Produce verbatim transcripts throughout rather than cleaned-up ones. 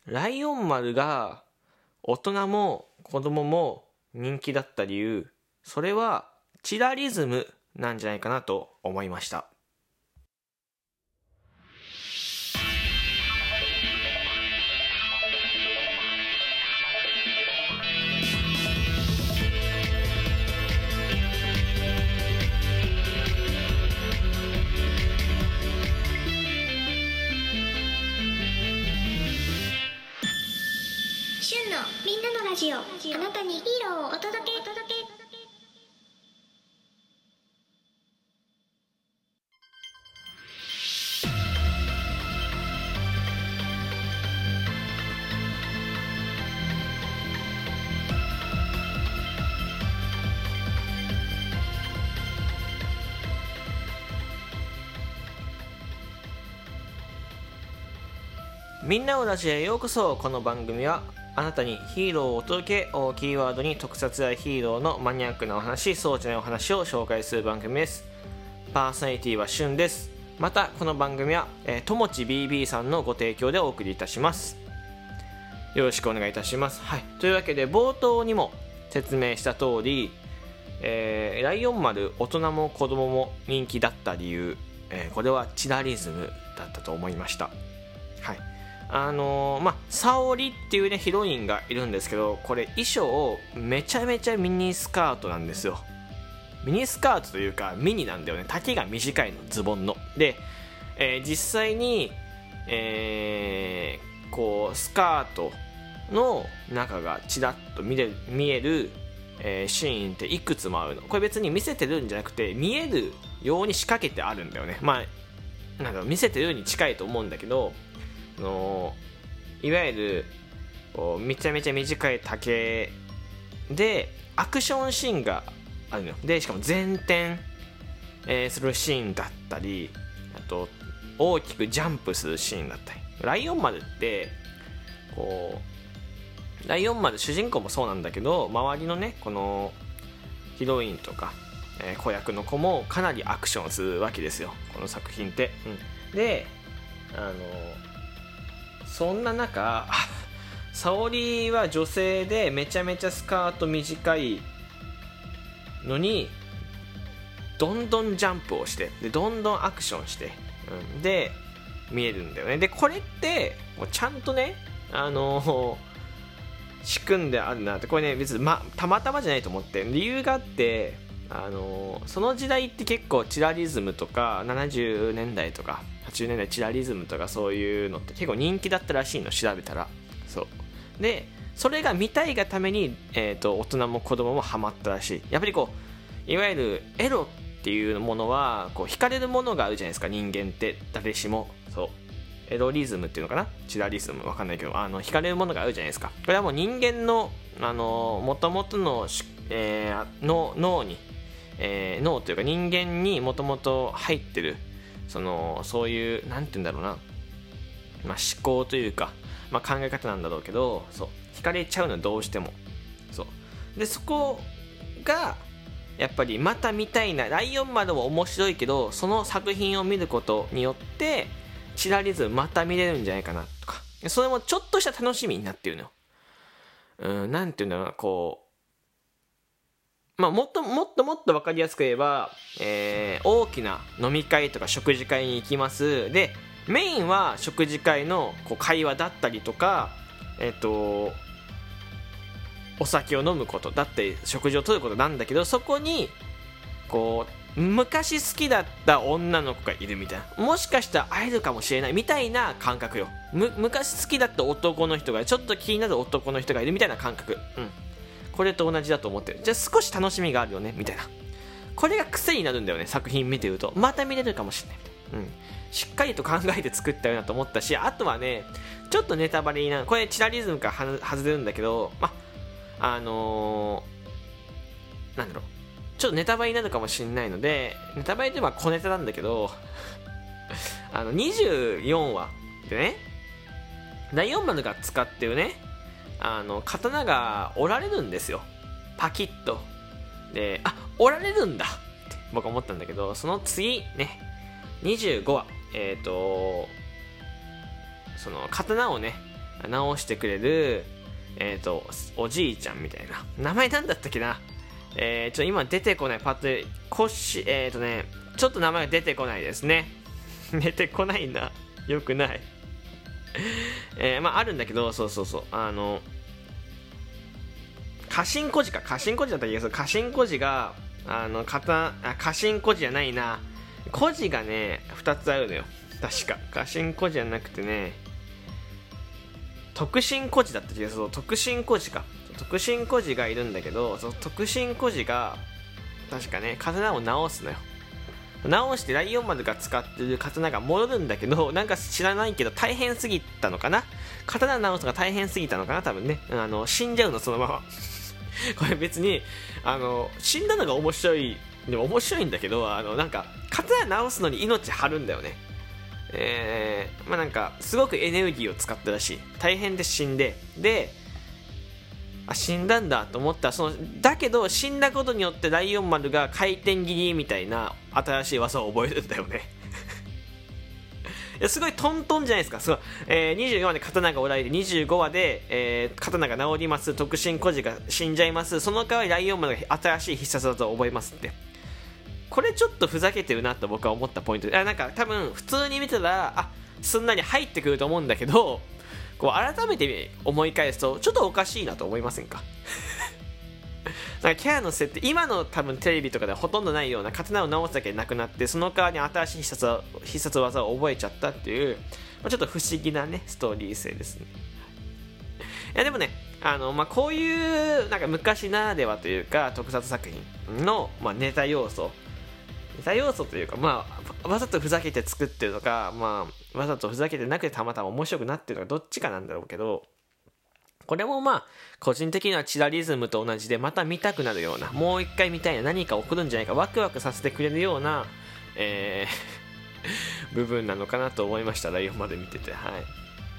ライオン丸が大人も子供も人気だった理由、それはチラリズムなんじゃないかなと思いました。 シュンのみんなのラジオ、あなたにヒーローをお届け届け。 みんなのラジオへようこそ。この番組はあなたにヒーローをお届けをキーワードに特撮やヒーローのマニアックなお話、そうじゃないお話を紹介する番組です。パーソナリティはしゅんです。またこの番組は、えー、ともち ビービー さんのご提供でお送りいたします。よろしくお願いいたします。はい、というわけで冒頭にも説明した通り、えー、ライオン丸大人も子供も人気だった理由、えー、これはチラリズムだったと思いました。はい、あのー、まあ沙織っていうねヒロインがいるんですけど、これ衣装めちゃめちゃミニスカートなんですよ。ミニスカートというかミニなんだよね。丈が短いの、ズボンので、えー、実際に、えー、こうスカートの中がちらっと見れ見える、えー、シーンっていくつもあるの。これ別に見せてるんじゃなくて見えるように仕掛けてあるんだよね。まあなんか見せてるように近いと思うんだけど、のいわゆるこうめちゃめちゃ短い丈でアクションシーンがあるので、しかも前転、えー、するシーンだったり、あと大きくジャンプするシーンだったり。ライオン丸ってこうライオン丸主人公もそうなんだけど、周りのねこのヒロインとか、えー、子役の子もかなりアクションするわけですよ、この作品って、うん、であのそんな中沙織は女性でめちゃめちゃスカート短いのにどんどんジャンプをしてでどんどんアクションして、うん、で見えるんだよね。でこれってもうちゃんとねあの仕組んであるなって。これね別に、ま、たまたまじゃないと思って、理由があって、あのその時代って結構チラリズムとかななじゅうねんだいとかはちじゅうねんだいチラリズムとかそういうのって結構人気だったらしいの、調べたら。そうでそれが見たいがために、えーと、大人も子供もハマったらしい。やっぱりこういわゆるエロっていうものはこう惹かれるものがあるじゃないですか、人間って誰しも。そうエロリズムっていうのかな、チラリズムわかんないけど、あの惹かれるものがあるじゃないですか。これはもう人間のあの元々の、えー、の脳に、えー、脳というか人間にもともと入ってるそのそういうなんて言うんだろうな、まあ、思考というか、まあ、考え方なんだろうけど、そう惹かれちゃうのどうしても。そうでそこがやっぱりまた見たいな、ライオン丸も面白いけどその作品を見ることによってチラリズムまた見れるんじゃないかなとか、それもちょっとした楽しみになってるのよ。うんなんていうんだろうな、こうまあもっともっともっと分かりやすく言えば、えー、大きな飲み会とか食事会に行きます。でメインは食事会のこう会話だったりとか、えっとお酒を飲むことだったり食事をとることなんだけど、そこにこう昔好きだった女の子がいるみたいな、もしかしたら会えるかもしれないみたいな感覚よ。む昔好きだった男の人がちょっと気になる男の人がいるみたいな感覚、うん、これと同じだと思ってる。じゃあ少し楽しみがあるよねみたいな、これが癖になるんだよね。作品見てるとまた見れるかもしれないみたいな、うん、しっかりと考えて作ったよなと思ったし、あとはねちょっとネタバレになる、これチラリズムから外れるんだけど、まあのー、なんだろうちょっとネタバレになるかもしれないので、ネタバレでは小ネタなんだけどあのにじゅうよんわでねライオン丸が使ってるねあの刀が折られるんですよ、パキッと。であ折られるんだって僕は思ったんだけど、その次ねにじゅうごわえっ、ー、とその刀をね、 直してくれるえっ、ー、とおじいちゃんみたいな、名前なんだったっけな、えー、ちょ今出てこない、パッとコッシえっ、ー、とねちょっと名前が出てこないですね出てこないな、よくないえー、まああるんだけど、そうそうそう、あの家臣孤児か、家臣孤児だったらいいです。家臣孤児があの刀あ家臣孤児じゃないな、孤児がねふたつあるのよ、確か家臣孤児じゃなくてね特進孤児だった気がする。特進孤児か、特進孤児がいるんだけど、その特進孤児が確かね刀を直すのよ。直してライオン丸が使ってる刀が戻るんだけど、なんか知らないけど大変すぎたのかな、刀直すのが大変すぎたのかな、多分ね、あの死んじゃうのそのままこれ別にあの死んだのが面白い、でも面白いんだけど、あのなんか刀直すのに命張るんだよね。えー、まあなんかすごくエネルギーを使ったらしい。大変で死んで、であ死んだんだと思ったら、そのだけど死んだことによってライオン丸が回転切りみたいな新しい技を覚えるんだよねいやすごいトントンじゃないですか。すごい、えー、にじゅうよんわで刀が折られて、にじゅうごわで、えー、刀が治ります、特進孤児が死んじゃいます、その代わりライオン丸が新しい必殺技を覚えますって。これちょっとふざけてるなと僕は思ったポイントで、あなんか多分普通に見たらあすんなり入ってくると思うんだけど、こう改めて思い返すとちょっとおかしいなと思いませんかなんかキャラの設定、今の多分テレビとかではほとんどないような、刀を直すだけでなくなって、その代わりに新しい必殺必殺技を覚えちゃったっていう、まあ、ちょっと不思議なねストーリー性ですね。いやでもね、あの、まあ、こういうなんか昔ならではというか特撮作品の、まあ、ネタ要素ネタ要素というか、まあ、わざとふざけて作ってるのか、まあ、わざとふざけてなくてたまたま面白くなってるのか、どっちかなんだろうけど、これもまあ個人的にはチラリズムと同じで、また見たくなるような、もう一回見たいな、何か起こるんじゃないか、ワクワクさせてくれるような、えー、部分なのかなと思いました、ライオンまで見てて。はい、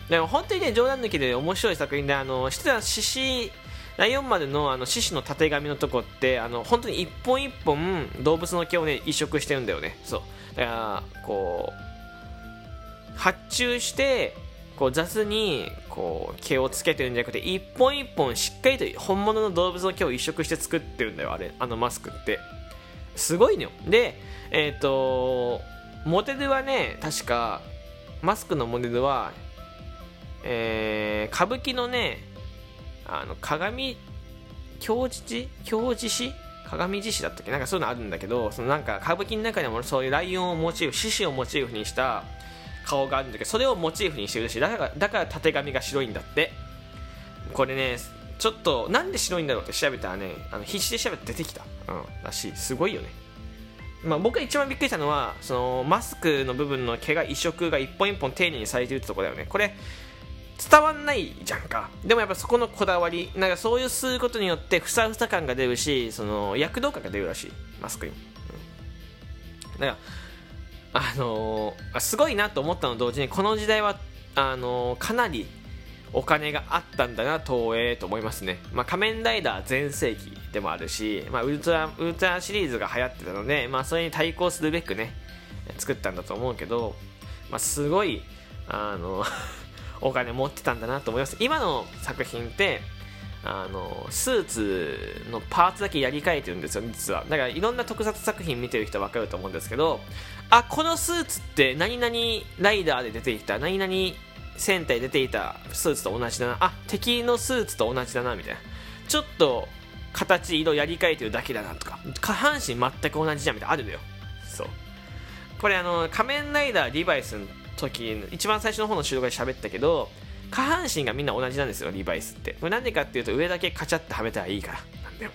でも本当にね冗談抜きで面白い作品で、あの知ってた獅子ライオンまでのあの獅子のたてがみのとこって、あの本当に一本一本動物の毛をね移植してるんだよね。そうだからこう発注してこう雑にこう毛をつけてるんじゃなくて、一本一本しっかりと本物の動物の毛を移植して作ってるんだよ、あれ、あのマスクってすごいのよ。でえっ、ー、とモデルはね、確かマスクのモデルは、えー、歌舞伎のねあの鏡京獅京獅子鏡獅子だったっけ、なんかそういうのあるんだけど、そのなんか歌舞伎の中でもそういうライオンをモチーフ、獅子をモチーフにした顔があるんだけど、それをモチーフにしてるし、だからだからたてがみが白いんだって。これねちょっとなんで白いんだろうって調べたらね、あの必死で調べて出てきた、うん、らしい。すごいよね。まあ、僕が一番びっくりしたのはそのマスクの部分の毛が移植が一本一本丁寧にされてるってところだよね。これ伝わんないじゃんか。でもやっぱそこのこだわり、なんかそういうすることによってふさふさ感が出るし、その躍動感が出るらしい、マスクに、うん、だからあのー、すごいなと思ったのと同時に、この時代はあのー、かなりお金があったんだな東映と思いますね。まあ、仮面ライダー全盛期でもあるし、まあ、ウルトラウルトラシリーズが流行ってたので、まあ、それに対抗するべくね作ったんだと思うけど、まあ、すごいあのお金持ってたんだなと思います。今の作品ってあのスーツのパーツだけやり替えてるんですよ実は。だからいろんな特撮作品見てる人は分かると思うんですけど、あこのスーツって何々ライダーで出てきた何々戦隊出ていたスーツと同じだな、あ敵のスーツと同じだなみたいな、ちょっと形色やり替えてるだけだなとか、下半身全く同じじゃんみたいなあるのよ。そうこれあの仮面ライダーリバイスの時一番最初の方の収録で喋ったけど、下半身がみんな同じなんですよリバイスって。これなんでかっていうと上だけカチャってはめたらいいからなんだよね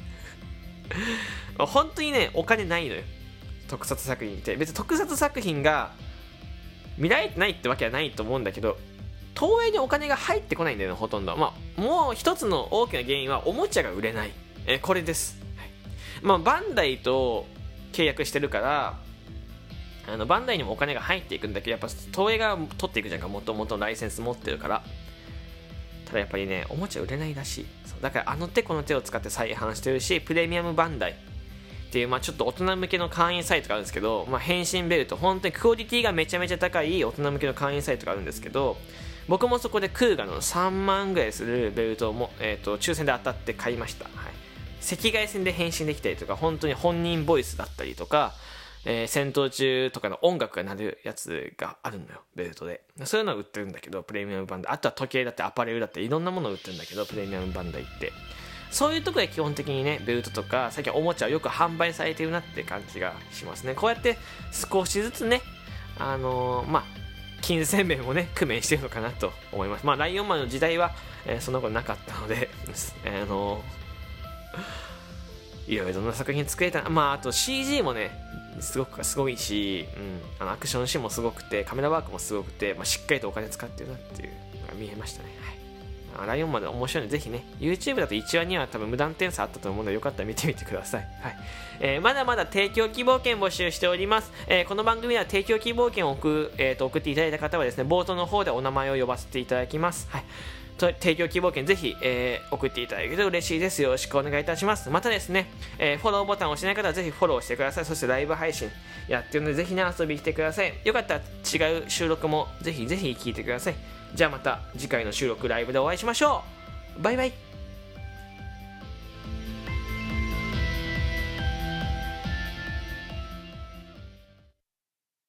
本当にねお金ないのよ特撮作品って。別に特撮作品が見られてないってわけはないと思うんだけど、東映にお金が入ってこないんだよねほとんど。まあもう一つの大きな原因はおもちゃが売れない、えこれです、はい。まあバンダイと契約してるからあのバンダイにもお金が入っていくんだけど、やっぱ東映が取っていくじゃんか、もともとライセンス持ってるから。ただやっぱりねおもちゃ売れないらしい。そうだからあの手この手を使って再販してるし、プレミアムバンダイっていう、まあ、ちょっと大人向けの会員サイトがあるんですけど、まあ、変身ベルト本当にクオリティがめちゃめちゃ高い大人向けの会員サイトがあるんですけど、 僕もそこでクーガのさんまんぐらいするベルトも、えー、と抽選で当たって買いました、はい、赤外線で変身できたりとか、本当に本人ボイスだったりとか、えー、戦闘中とかの音楽が鳴るやつがあるのよ、ベルトで。そういうのを売ってるんだけど、プレミアムバンダイ。あとは時計だってアパレルだっていろんなものを売ってるんだけど、プレミアムバンダイってそういうところで基本的にね、ベルトとか最近おもちゃをよく販売されてるなって感じがしますね。こうやって少しずつね、あのー、まあ金銭面をね工面してるのかなと思います。まあライオンマンの時代は、えー、そんなことなかったのであのーいろいろな作品作れた。まああと シージー もねすごくすごいし、うん、あのアクションシーンもすごくて、カメラワークもすごくて、まあ、しっかりとお金使ってるなっていうのが見えましたね。はい、ライオンまで面白いのでぜひね YouTube だといちわにわ多分無断点差あったと思うのでよかったら見てみてください。はい、えー、まだまだ提供希望券募集しております。えー、この番組は提供希望券を送,、えー、と送っていただいた方はですね、冒頭の方でお名前を呼ばせていただきます。はい、提供希望券ぜひ、えー、送っていただけると嬉しいです。よろしくお願いいたします。またですね、えー、フォローボタンを押しない方はぜひフォローしてください。そしてライブ配信やってるのでぜひね遊びに来てください。よかったら違う収録もぜひぜひ聞いてください。じゃあまた次回の収録ライブでお会いしましょう。バイバイ。